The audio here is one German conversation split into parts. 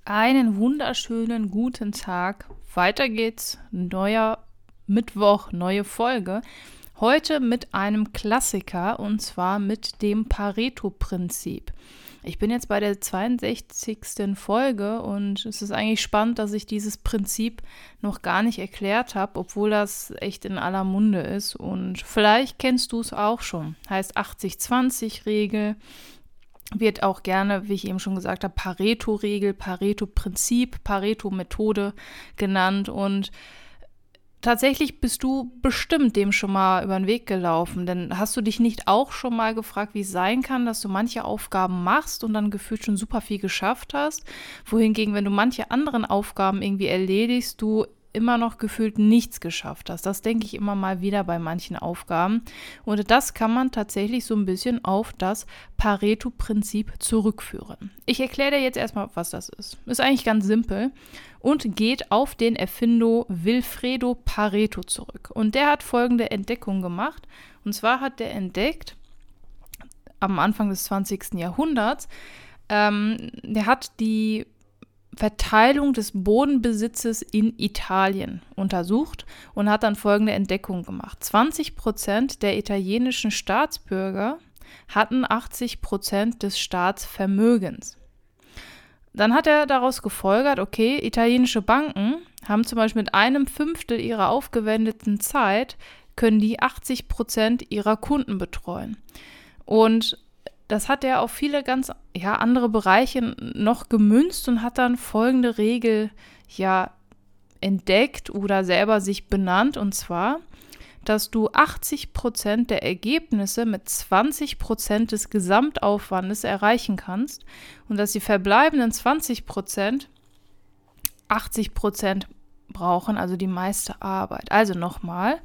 Einen wunderschönen guten Tag. Weiter geht's. Neuer Mittwoch, neue Folge. Heute mit einem Klassiker und zwar mit dem Pareto-Prinzip. Ich bin jetzt bei der 62. Folge und es ist eigentlich spannend, dass ich dieses Prinzip noch gar nicht erklärt habe, obwohl das echt in aller Munde ist. Und vielleicht kennst du es auch schon. Heißt 80-20-Regel. Wird auch gerne, wie ich eben schon gesagt habe, Pareto-Regel, Pareto-Prinzip, Pareto-Methode genannt. Und tatsächlich bist du bestimmt dem schon mal über den Weg gelaufen. Denn hast du dich nicht auch schon mal gefragt, wie es sein kann, dass du manche Aufgaben machst und dann gefühlt schon super viel geschafft hast? Wohingegen, wenn du manche anderen Aufgaben irgendwie erledigst, du immer noch gefühlt nichts geschafft hast. Das denke ich immer mal wieder bei manchen Aufgaben. Und das kann man tatsächlich so ein bisschen auf das Pareto-Prinzip zurückführen. Ich erkläre dir jetzt erstmal, was das ist. Ist eigentlich ganz simpel und geht auf den Erfinder Vilfredo Pareto zurück. Und der hat folgende Entdeckung gemacht. Und zwar hat der entdeckt, am Anfang des 20. Jahrhunderts, der hat die Verteilung des Bodenbesitzes in Italien untersucht und hat dann folgende Entdeckung gemacht. 20% der italienischen Staatsbürger hatten 80% des Staatsvermögens. Dann hat er daraus gefolgert, okay, italienische Banken haben zum Beispiel mit 1/5 ihrer aufgewendeten Zeit, können die 80% ihrer Kunden betreuen. Und das hat er auf viele ganz andere Bereiche noch gemünzt und hat dann folgende Regel entdeckt oder selber sich benannt, und zwar, dass du 80% der Ergebnisse mit 20% des Gesamtaufwandes erreichen kannst und dass die verbleibenden 20% 80% brauchen, also die meiste Arbeit. Also nochmal,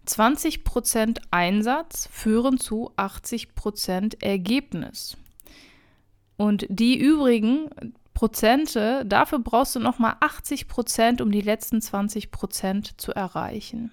20% Einsatz führen zu 80% Ergebnis. Und die übrigen Prozente, dafür brauchst du nochmal 80%, um die letzten 20% zu erreichen.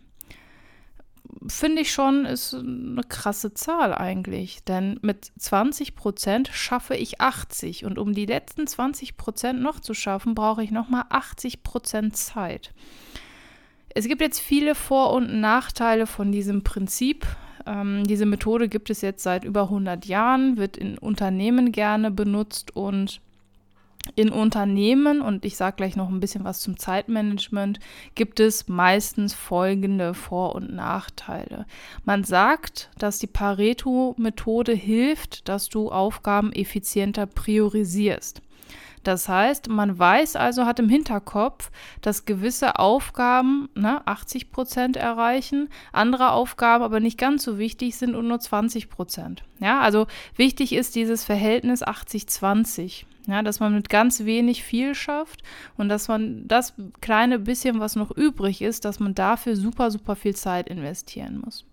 Finde ich schon, ist eine krasse Zahl eigentlich, denn mit 20% schaffe ich 80 und um die letzten 20% noch zu schaffen, brauche ich nochmal 80% Zeit. Es gibt jetzt viele Vor- und Nachteile von diesem Prinzip. Diese Methode gibt es jetzt seit über 100 Jahren, wird in Unternehmen gerne benutzt und in Unternehmen, und ich sage gleich noch ein bisschen was zum Zeitmanagement, gibt es meistens folgende Vor- und Nachteile. Man sagt, dass die Pareto-Methode hilft, dass du Aufgaben effizienter priorisierst. Das heißt, man weiß also, hat im Hinterkopf, dass gewisse Aufgaben 80% erreichen, andere Aufgaben aber nicht ganz so wichtig sind und nur 20%. Ja, also wichtig ist dieses Verhältnis 80-20. Ja, dass man mit ganz wenig viel schafft und dass man das kleine bisschen, was noch übrig ist, dass man dafür super, super viel Zeit investieren muss.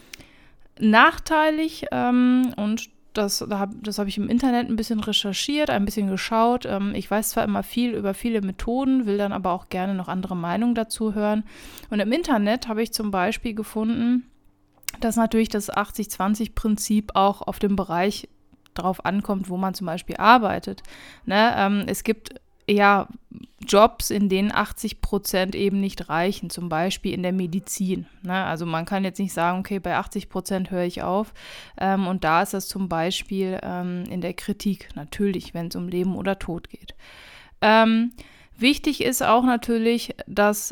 Nachteilig und das habe ich im Internet ein bisschen recherchiert, ein bisschen geschaut. Ich weiß zwar immer viel über viele Methoden, will dann aber auch gerne noch andere Meinungen dazu hören. Und im Internet habe ich zum Beispiel gefunden, dass natürlich das 80-20-Prinzip auch auf dem Bereich drauf ankommt, wo man zum Beispiel arbeitet. Es gibt Jobs, in denen 80% eben nicht reichen, zum Beispiel in der Medizin. Also man kann jetzt nicht sagen, okay, bei 80% höre ich auf. Und da ist das zum Beispiel in der Kritik, natürlich, wenn es um Leben oder Tod geht. Wichtig ist auch natürlich, dass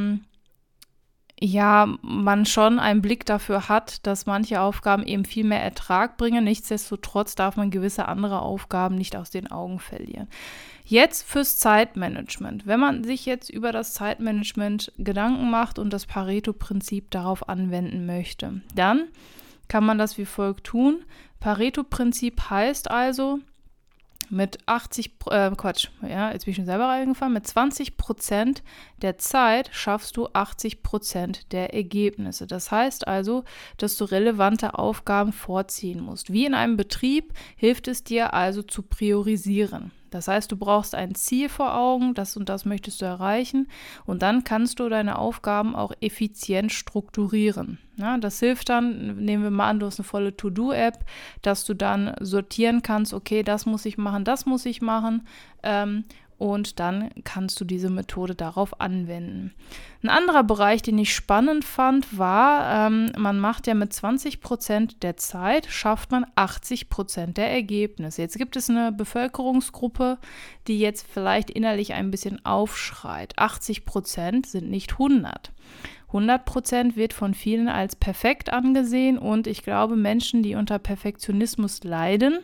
man schon einen Blick dafür hat, dass manche Aufgaben eben viel mehr Ertrag bringen. Nichtsdestotrotz darf man gewisse andere Aufgaben nicht aus den Augen verlieren. Jetzt fürs Zeitmanagement. Wenn man sich jetzt über das Zeitmanagement Gedanken macht und das Pareto-Prinzip darauf anwenden möchte, dann kann man das wie folgt tun. Pareto-Prinzip heißt also, mit jetzt bin ich schon selber reingefallen, mit 20% der Zeit schaffst du 80% der Ergebnisse. Das heißt also, dass du relevante Aufgaben vorziehen musst. Wie in einem Betrieb hilft es dir also zu priorisieren. Das heißt, du brauchst ein Ziel vor Augen, das und das möchtest du erreichen und dann kannst du deine Aufgaben auch effizient strukturieren. Ja, das hilft dann, nehmen wir mal an, du hast eine volle To-Do-App, dass du dann sortieren kannst, okay, das muss ich machen und dann kannst du diese Methode darauf anwenden. Ein anderer Bereich, den ich spannend fand, war, man macht ja mit 20% der Zeit, schafft man 80% der Ergebnisse. Jetzt gibt es eine Bevölkerungsgruppe, die jetzt vielleicht innerlich ein bisschen aufschreit. 80% sind nicht 100. 100% wird von vielen als perfekt angesehen und ich glaube, Menschen, die unter Perfektionismus leiden,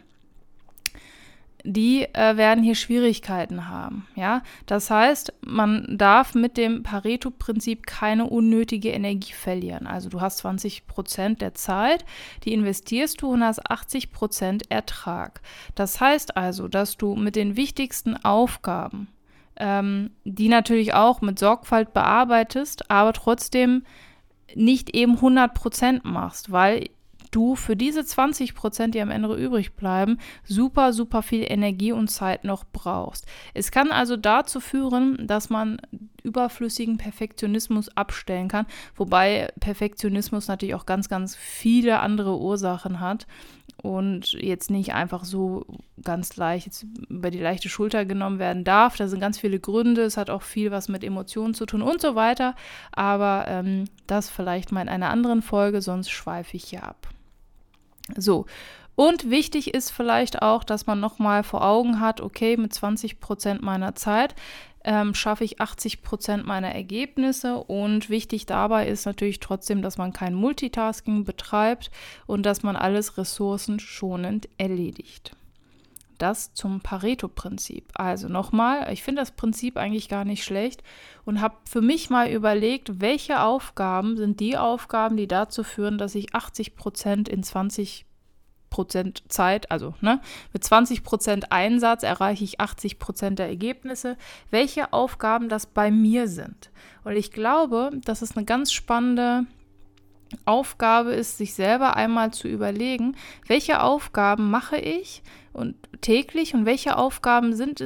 die werden hier Schwierigkeiten haben. Ja? Das heißt, man darf mit dem Pareto-Prinzip keine unnötige Energie verlieren. Also du hast 20% der Zeit, die investierst du und hast 80% Ertrag. Das heißt also, dass du mit den wichtigsten Aufgaben, die natürlich auch mit Sorgfalt bearbeitest, aber trotzdem nicht eben 100% machst, weil du für diese 20%, die am Ende übrig bleiben, super, super viel Energie und Zeit noch brauchst. Es kann also dazu führen, dass man überflüssigen Perfektionismus abstellen kann, wobei Perfektionismus natürlich auch ganz, ganz viele andere Ursachen hat und jetzt nicht einfach so ganz leicht jetzt über die leichte Schulter genommen werden darf. Da sind ganz viele Gründe, es hat auch viel was mit Emotionen zu tun und so weiter, aber das vielleicht mal in einer anderen Folge, sonst schweife ich hier ab. So, und wichtig ist vielleicht auch, dass man nochmal vor Augen hat, okay, mit 20% meiner Zeit schaffe ich 80% meiner Ergebnisse und wichtig dabei ist natürlich trotzdem, dass man kein Multitasking betreibt und dass man alles ressourcenschonend erledigt. Das zum Pareto-Prinzip. Also nochmal, ich finde das Prinzip eigentlich gar nicht schlecht und habe für mich mal überlegt, welche Aufgaben sind die Aufgaben, die dazu führen, dass ich 80% in 20% Zeit, also mit 20% Einsatz erreiche ich 80% der Ergebnisse, welche Aufgaben das bei mir sind. Und ich glaube, dass es eine ganz spannende Aufgabe ist, sich selber einmal zu überlegen, welche Aufgaben mache ich und täglich und welche Aufgaben sind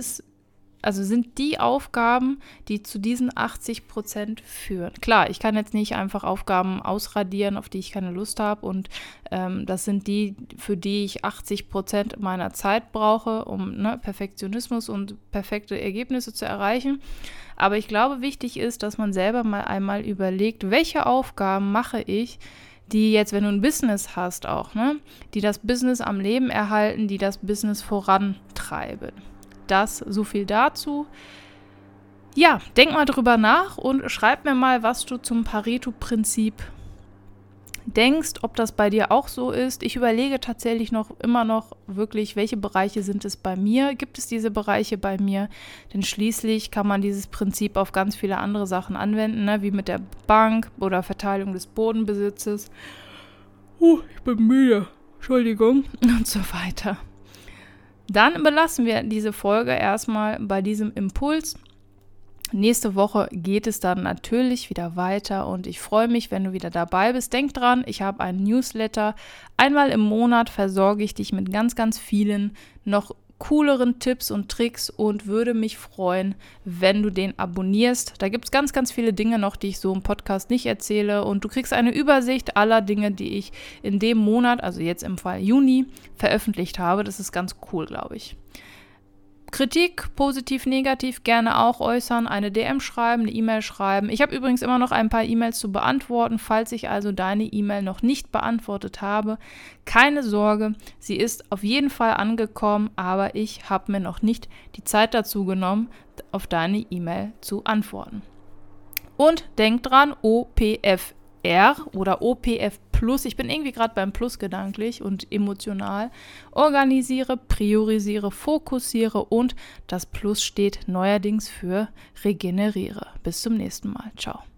die Aufgaben, die zu diesen 80% führen. Klar, ich kann jetzt nicht einfach Aufgaben ausradieren, auf die ich keine Lust habe und das sind die, für die ich 80% meiner Zeit brauche, um Perfektionismus und perfekte Ergebnisse zu erreichen. Aber ich glaube, wichtig ist, dass man selber mal einmal überlegt, welche Aufgaben mache ich, die jetzt, wenn du ein Business hast auch, die das Business am Leben erhalten, die das Business vorantreiben. Das, so viel dazu. Ja, denk mal drüber nach und schreib mir mal, was du zum Pareto-Prinzip denkst, ob das bei dir auch so ist. Ich überlege tatsächlich immer noch wirklich, welche Bereiche sind es bei mir? Gibt es diese Bereiche bei mir? Denn schließlich kann man dieses Prinzip auf ganz viele andere Sachen anwenden, wie mit der Bank oder Verteilung des Bodenbesitzes. Ich bin müde. Entschuldigung. Und so weiter. Dann belassen wir diese Folge erstmal bei diesem Impuls. Nächste Woche geht es dann natürlich wieder weiter und ich freue mich, wenn du wieder dabei bist. Denk dran, ich habe einen Newsletter. Einmal im Monat versorge ich dich mit ganz, ganz vielen noch cooleren Tipps und Tricks und würde mich freuen, wenn du den abonnierst. Da gibt es ganz, ganz viele Dinge noch, die ich so im Podcast nicht erzähle und du kriegst eine Übersicht aller Dinge, die ich in dem Monat, also jetzt im Fall Juni, veröffentlicht habe. Das ist ganz cool, glaube ich. Kritik, positiv, negativ, gerne auch äußern, eine DM schreiben, eine E-Mail schreiben. Ich habe übrigens immer noch ein paar E-Mails zu beantworten, falls ich also deine E-Mail noch nicht beantwortet habe. Keine Sorge, sie ist auf jeden Fall angekommen, aber ich habe mir noch nicht die Zeit dazu genommen, auf deine E-Mail zu antworten. Und denk dran, OPFR oder OPF Plus, ich bin irgendwie gerade beim Plus gedanklich und emotional, organisiere, priorisiere, fokussiere und das Plus steht neuerdings für regeneriere. Bis zum nächsten Mal. Ciao.